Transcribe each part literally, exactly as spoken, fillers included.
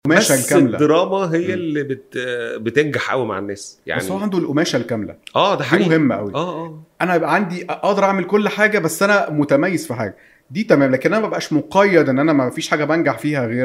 القماشه الكامله. الدراما هي م. اللي بت بتنجح قوي مع الناس يعني. بس هو عنده القماشه الكامله. اه ده حقيقي مهمه قوي. اه اه انا يبقى عندي اقدر اعمل كل حاجه بس انا متميز في حاجه دي تمام، لكن انا ما بقاش مقيد ان انا ما فيش حاجه بنجح فيها غير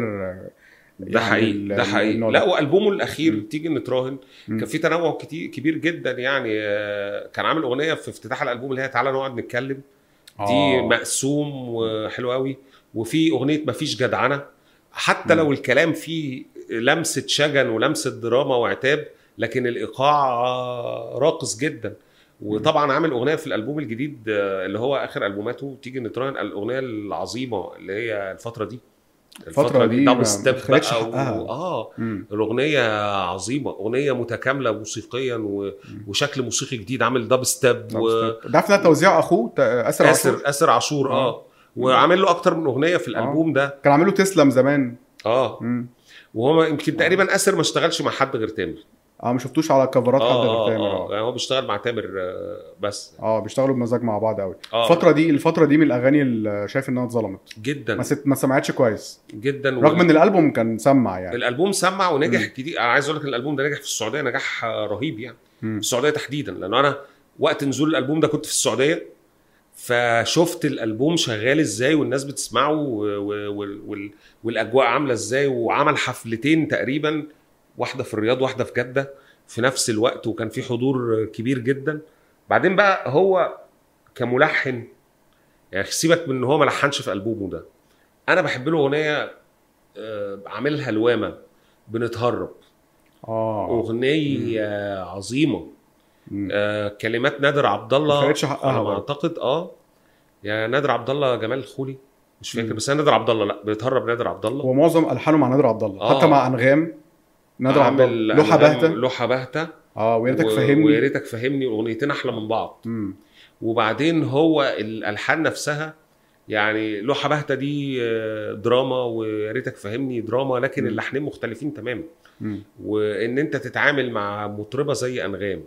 ده يعني حقيقي ده حقيقي. لا والبومه الاخير م. تيجي نتراهن م. كان في تنوع كتير كبير جدا يعني. كان عامل اغنيه في افتتاح الالبوم اللي هي تعالى نقعد نتكلم دي آه. مقسوم وحلو قوي. وفي اغنيه مفيش جدعنه حتى م. لو الكلام فيه لمسه شجن ولمسه دراما وعتاب لكن الايقاع راقص جدا. وطبعا عامل اغنيه في الالبوم الجديد اللي هو اخر البوماته تيجي نتراهن الاغنيه العظيمه اللي هي الفتره دي الفترة دي دبل ستيب بقى و... اه مم. الاغنيه عظيمه، اغنيه متكامله موسيقيا و... وشكل موسيقي جديد عامل دبل ستيب و... ده في توزيع اخوه اسر عاشور اسر عاشور اه, آه. وعامل له اكتر من اغنيه في الالبوم آه. ده كان عامل له تسلم زمان اه مم. وهو يمكن تقريبا اسر ما اشتغلش مع حد غير تامر. اه ما شفتوش على كفرات آه حد غير تامر. اه يعني هو بيشتغل مع تامر بس اه بيشتغلوا بمزاج مع بعض قوي. الفتره دي الفتره دي من الاغاني اللي شايف انها اتظلمت جدا ما, ست... ما سمعتش كويس جدا رغم وال... ان الالبوم كان سمع يعني. الالبوم سمع ونجح كتير. انا عايز اقول لك الالبوم ده نجح في السعوديه نجاح رهيب يعني. م. في السعوديه تحديدا لانه انا وقت نزول الالبوم ده كنت في السعوديه فشفت الالبوم شغال ازاي والناس بتسمعه وال... وال... والاجواء عامله ازاي. وعمل حفلتين تقريبا واحده في الرياض واحده في جده في نفس الوقت وكان في حضور كبير جدا. بعدين بقى هو كملحن يعني سيبك من ان هو ما لحنش في ألبومه ده. انا بحب له اغنيه عاملها الوامه بنتهرب اه اغنيه مم. عظيمه آه كلمات نادر عبد الله على ما اعتقد اه يا نادر عبد الله جمال الخولي مش فاكر بس انا نادر عبد الله لا بنتهرب نادر عبد الله. هو معظم الحانه مع نادر عبد الله آه. حتى مع انغام نادر عبد الله لوحه باهته لوحه باهته اه ويا ريتك فهمني ويا ريتك فهمني اغنيتين احلى من بعض. م. وبعدين هو الالحان نفسها يعني لوحه باهته دي دراما ويا ريتك فهمني دراما لكن م. اللحنين مختلفين تماما. م. وان انت تتعامل مع مطربه زي انغام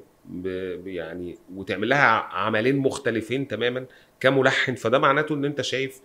يعني وتعمل لها عملين مختلفين تماما كملحن فده معناته ان انت شايف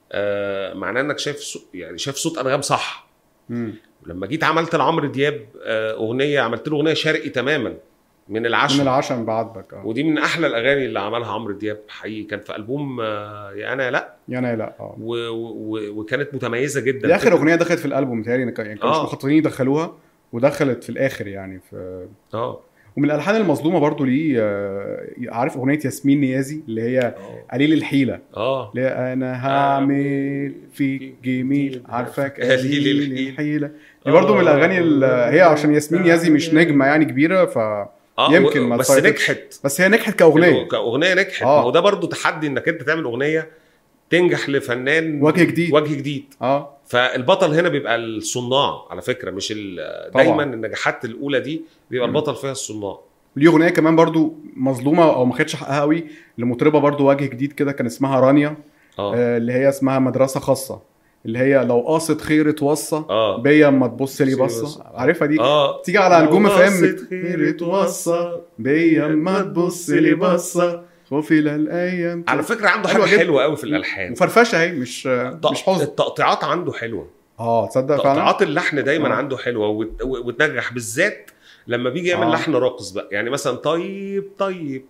آه معناه انك شايف يعني شايف صوت انغام صح. م. لما جيت عملت لعمرو دياب اغنيه عملت له اغنيه شرقي تماما من العشم من العشم بعاتبك اه ودي من احلى الاغاني اللي عملها عمرو دياب حقيقي. كان في البوم يا انا لا يا انا لا اه و... و... وكانت متميزه جدا. دي اخر اغنيه دخلت في الالبوم تهيألي يعني كانوا آه. مش مخططين يدخلوها ودخلت في الاخر يعني في اه ومن الالحان المظلومه برضو ليه عارف اغنيه ياسمين نيازي اللي هي أوه. قليل الحيله اه لا انا هعمل فيك جميل عارفك قليل الحيله دي برضو من الاغاني اللي هي عشان ياسمين نيازي مش نجمه يعني كبيره ف آه يمكن ما بس نجحت بس هي نجحت كاغنيه كاغنيه نجحت. آه. وده برضو تحدي انك انت تعمل اغنيه تنجح لفنان وجه جديد وجه جديد اه فالبطل هنا بيبقى الصناع على فكره مش دايما النجاحات الاولى دي بيبقى م. البطل فيها الصناع. ليه اغنيه كمان برضو مظلومه او ما خدتش حقها قوي لمطربه برضو وجه جديد كده كان اسمها رانيا آه. آه اللي هي اسمها مدرسه خاصه اللي هي لو قاصد خير اتوصى آه. بيا ما تبص لي بصه عارفها دي آه. تيجي على نجوم فهم خير اتوصى بيا ما تبص لي بصه خوفي للايام على فكره عنده حاجه حلوه قوي في الالحان وفرفشه اهي مش مش حزن. التقطيعات عنده حلوه اه تصدق فعلا تقطيعات اللحن دايما آه. عنده حلوه وتنجح بالذات لما بيجي يعمل آه. لحن راقص بقى يعني مثلا طيب طيب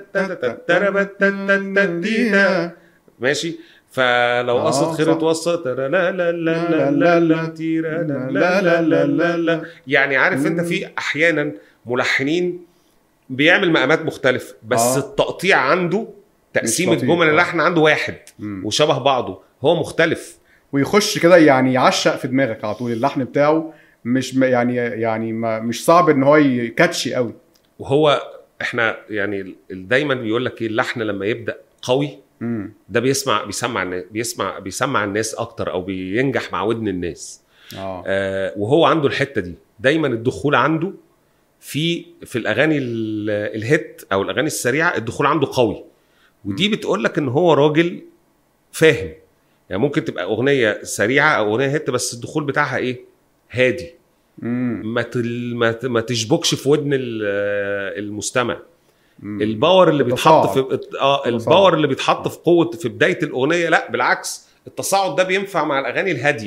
ماشي فلو قصد خير اتوسط لا لا لا لا لا لا لا لا لا يعني عارف انت في احيانا ملحنين بيعمل مقامات مختلفه بس آه. التقطيع عنده تقسيم الجمل اللحن عنده واحد م. وشبه بعضه هو مختلف ويخش كده يعني يعشق في دماغك على طول. اللحن بتاعه مش يعني يعني ما مش صعب ان هو يكاتشي قوي. وهو احنا يعني دايما بيقول لك ايه اللحن لما يبدا قوي مم. ده بيسمع بيسمع الناس بيسمع بيسمع الناس اكتر او بينجح مع ودن الناس. آه. آه وهو عنده الحته دي دايما الدخول عنده في في الاغاني الهيت او الاغاني السريعه الدخول عنده قوي ودي بتقول لك ان هو راجل فاهم. يعني ممكن تبقى اغنيه سريعه او اغنيه هيت بس الدخول بتاعها ايه هادي ما تل... ما تشبكش في ودن المستمع. مم. الباور اللي بيتحط في اه الباور اللي بيتحط في قوه في بدايه الاغنيه لا بالعكس التصاعد ده بينفع مع الاغاني الهاديه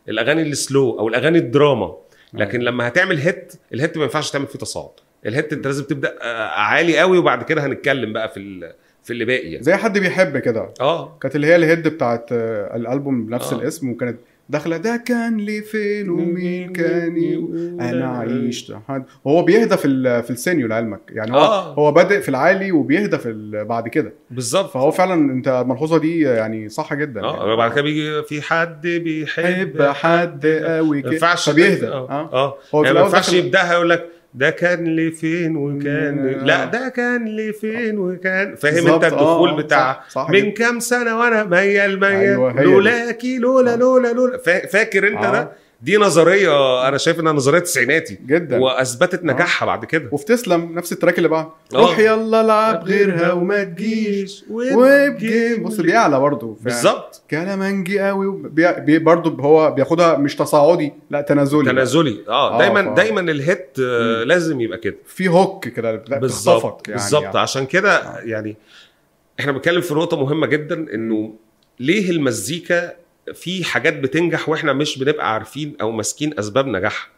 الاغاني السلو او الاغاني الدراما. لكن لما هتعمل هيت، الهيت ما ينفعش تعمل فيه تصاعد. الهيت انت لازم تبدا عالي قوي وبعد كده هنتكلم بقى في في اللي باقي يعني. زي حد بيحب كده اه كانت اللي هي الهيد بتاعت الالبوم بنفس آه. الاسم، وكانت داخله ده كان لي فين ومين كاني انا عايشت حد. وهو بيهدى في في السينيو لعلمك يعني. هو آه. هو بادئ في العالي وبيهدى في بعد كده بالظبط. فهو فعلا انت الملحوظه دي يعني صح جدا. اه يعني. بعد كده بيجي في حد بيحب حد قوي كده فبيهدى. فبيهدى اه اه هو يعني ما ينفعش يبداها يقول لك ده كان لي فين وكان آه. لا ده كان لي فين وكان فاهم انت الدخول آه. بتاع صح. صح من كام سنه وانا ميال ميال أيوة لولاكي لولا لولا لولا فاكر انت آه. ده دي نظريه انا شايف انها نظريه تسعيناتي جدا واثبتت نجاحها آه. بعد كده. وفي تسلم نفس التراك اللي بعد روح يلا العب غيرها وما تجيش وابجي بص بيعلى برضه بالظبط كلامنجي قوي بي برضه هو بياخدها مش تصاعدي لا تنازلي تنازلي اه دايما آه دايما الهيت آه لازم يبقى كده في هوك كده بالظبط يعني بالظبط يعني. عشان كده آه. يعني احنا بنتكلم في نقطه مهمه جدا انه ليه المزيكا في حاجات بتنجح واحنا مش بنبقى عارفين او ماسكين اسباب نجاحها.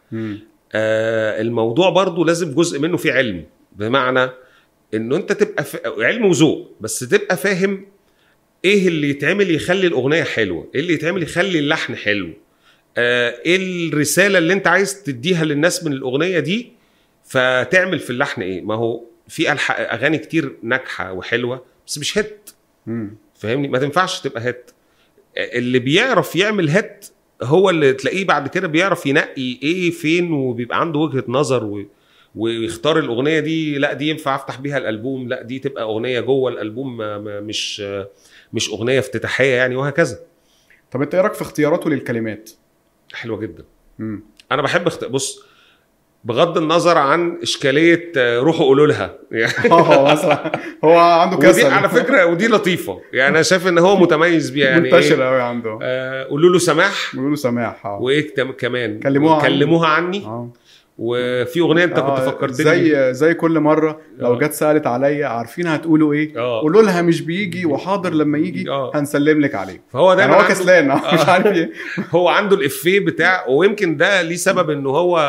آه الموضوع برضو لازم جزء منه فيه علم، بمعنى انه انت تبقى ف... علم وذوق، بس تبقى فاهم ايه اللي يتعمل يخلي الاغنيه حلوه، ايه اللي يتعمل يخلي اللحن حلو، آه ايه الرساله اللي انت عايز تديها للناس من الاغنيه دي، فتعمل في اللحن ايه. ما هو في اغاني كتير ناجحه وحلوه بس مش هيت، فاهمني؟ ما تنفعش تبقى هيت. اللي بيعرف يعمل هيت هو اللي تلاقيه بعد كده بيعرف ينقي ايه فين، وبيبقى عنده وجهة نظر و... ويختار الاغنية دي، لا دي ينفع افتح بيها الالبوم، لا دي تبقى اغنية جوه الالبوم مش مش اغنية افتتاحية يعني، وهكذا. طب انت ايه رايك في اختياراته للكلمات؟ حلوة جدا. مم. انا بحب اخت... بص بغض النظر عن اشكاليه روحوا قولوا لها يعني اه مثلا هو عنده كسل على فكره، ودي لطيفه يعني انا شايف ان هو متميز بيها يعني منتشر قوي عنده. آه قولوا له سماح، قولوا له سماح اه وايه كمان كلموها كلموها عني آه. وفي اغنيه انت آه. كنت فكرتني زي زي كل مره لو جت سالت عليا عارفين هتقولوا ايه آه. قولوا لها مش بيجي وحاضر لما يجي آه. هنسلم لك عليه. فهو دايما يعني هو كسلان آه. مش عارف ايه هو عنده الافيه بتاع، ويمكن ده ليه سبب انه هو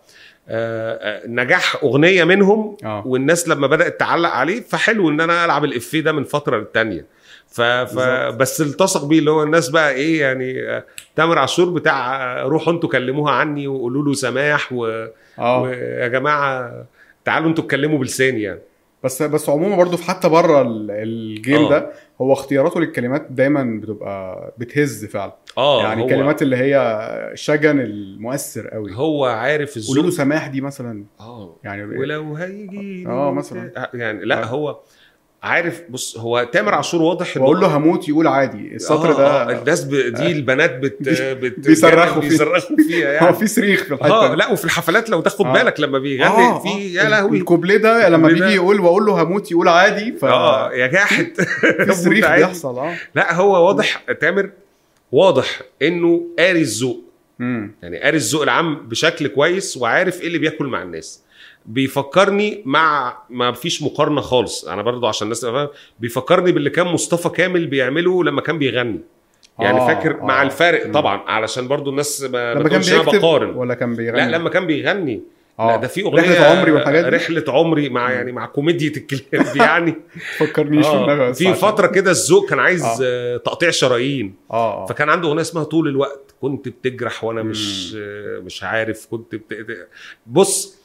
آه نجاح اغنيه منهم آه. والناس لما بدات تعلق عليه، فحلو ان انا العب الافيه ده من فتره للتانيه. ف... ف... بس التصق بيه اللي هو الناس بقى ايه يعني آه تامر عاشور بتاع روحوا انتوا كلموها عني وقولوا له سماح و... آه. ويا جماعه تعالوا انتوا اتكلموا بلساني يعني. بس بس عموما برضو حتى بره الجيم آه. ده هو اختياراته للكلمات دايما بتبقى بتهز فعلا. اه يعني الكلمات اللي هي شجن المؤثر قوي، هو عارف الذوق. قولوا له سماح دي مثلا اه يعني ولو هيجي اه مثلا يعني لا آه. هو عارف. بص هو تامر عاشور واضح انه اقول له هموت يقول عادي السطر آه ده آه الناس ب... دي البنات بت, بت... بيصرخوا فيه بيصرخوا فيها يعني هو في صريخ في الحته اه لا وفي الحفلات لو تاخد آه. بالك لما بيغني آه في آه. يا لهوي الكوبليه ده لما بيجي يقول واقول له هموت يقول عادي ف اه يا جاحد في صريخ بيحصل اه لا هو واضح تامر واضح انه قاري الذوق، يعني قاري الذوق العام بشكل كويس وعارف ايه اللي بياكل مع الناس. بيفكرني مع ما فيش مقارنه خالص، انا برضو عشان الناس تفهم بيفكرني باللي كان مصطفى كامل بيعمله لما كان بيغني يعني آه فاكر آه مع الفارق طبعا علشان برضو الناس ما بتقولش انا بقارن ولا كان بيغني. لا لما كان بيغني آه. لا ده في اغنيه رحله عمري والحاجات دي رحله عمري مع يعني مع كوميديا الكلاب يعني فكرنيش آه. في فتره كده الذوق كان عايز آه. تقطيع شرايين آه. فكان عنده اغنيه اسمها طول الوقت كنت بتجرح وانا مم. مش مش عارف كنت بت... بص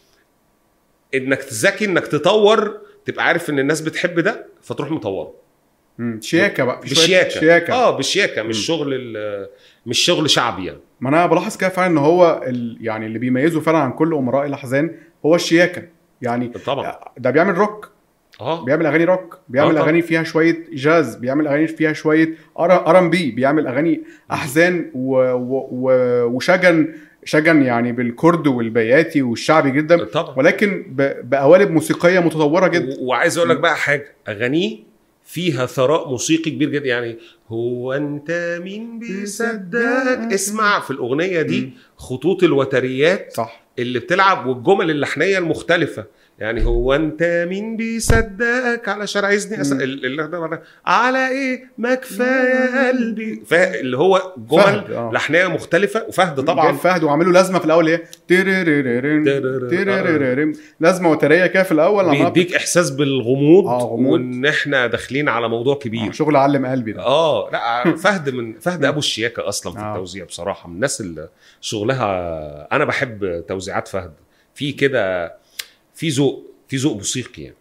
انك تذكي انك تطور تبقى عارف ان الناس بتحب ده فتروح مطوره. امم شياكه بقى بشياكه شياكة. اه بشياكه مش شغل مش شغل شعبي يعني. ما انا بلاحظ كده فعلا ان هو ال... يعني اللي بيميزه فعلا عن كل امراء الاحزان هو الشياكه يعني. طبعا ده بيعمل روك اه بيعمل اغاني روك، بيعمل آه اغاني فيها شويه جاز، بيعمل اغاني فيها شويه ار ام بي، بيعمل اغاني احزان و... و... و... وشجن شجن يعني بالكرد والبياتي والشعبي جدا طبعا. ولكن ب... بقوالب موسيقيه متطوره جدا. و... وعايز اقول لك بقى حاجه، اغانيه فيها ثراء موسيقي كبير جدا يعني. هو انت مين بيصدق اسمع في الاغنيه دي خطوط الوتريات صح اللي بتلعب والجمل اللحنيه المختلفه يعني هو انت مين بيصدقك على شارع عايزني أس... اللي ده على ايه ما كفايه قلبي، فاللي هو جمل آه. لحنيه مختلفه. وفهد طبعا فهد وعملوا لازمه في الاول ايه تيريريرين لازمه وتريه كده في الاول بيديك احساس بالغموض آه وان احنا داخلين على موضوع كبير آه شغل علم قلبي ده. اه لا فهد من فهد ابو الشياكه اصلا في آه. التوزيع بصراحه من الناس اللي شغلها انا بحب توزيعات فهد في كده، في ذوق في ذوق موسيقي يعني.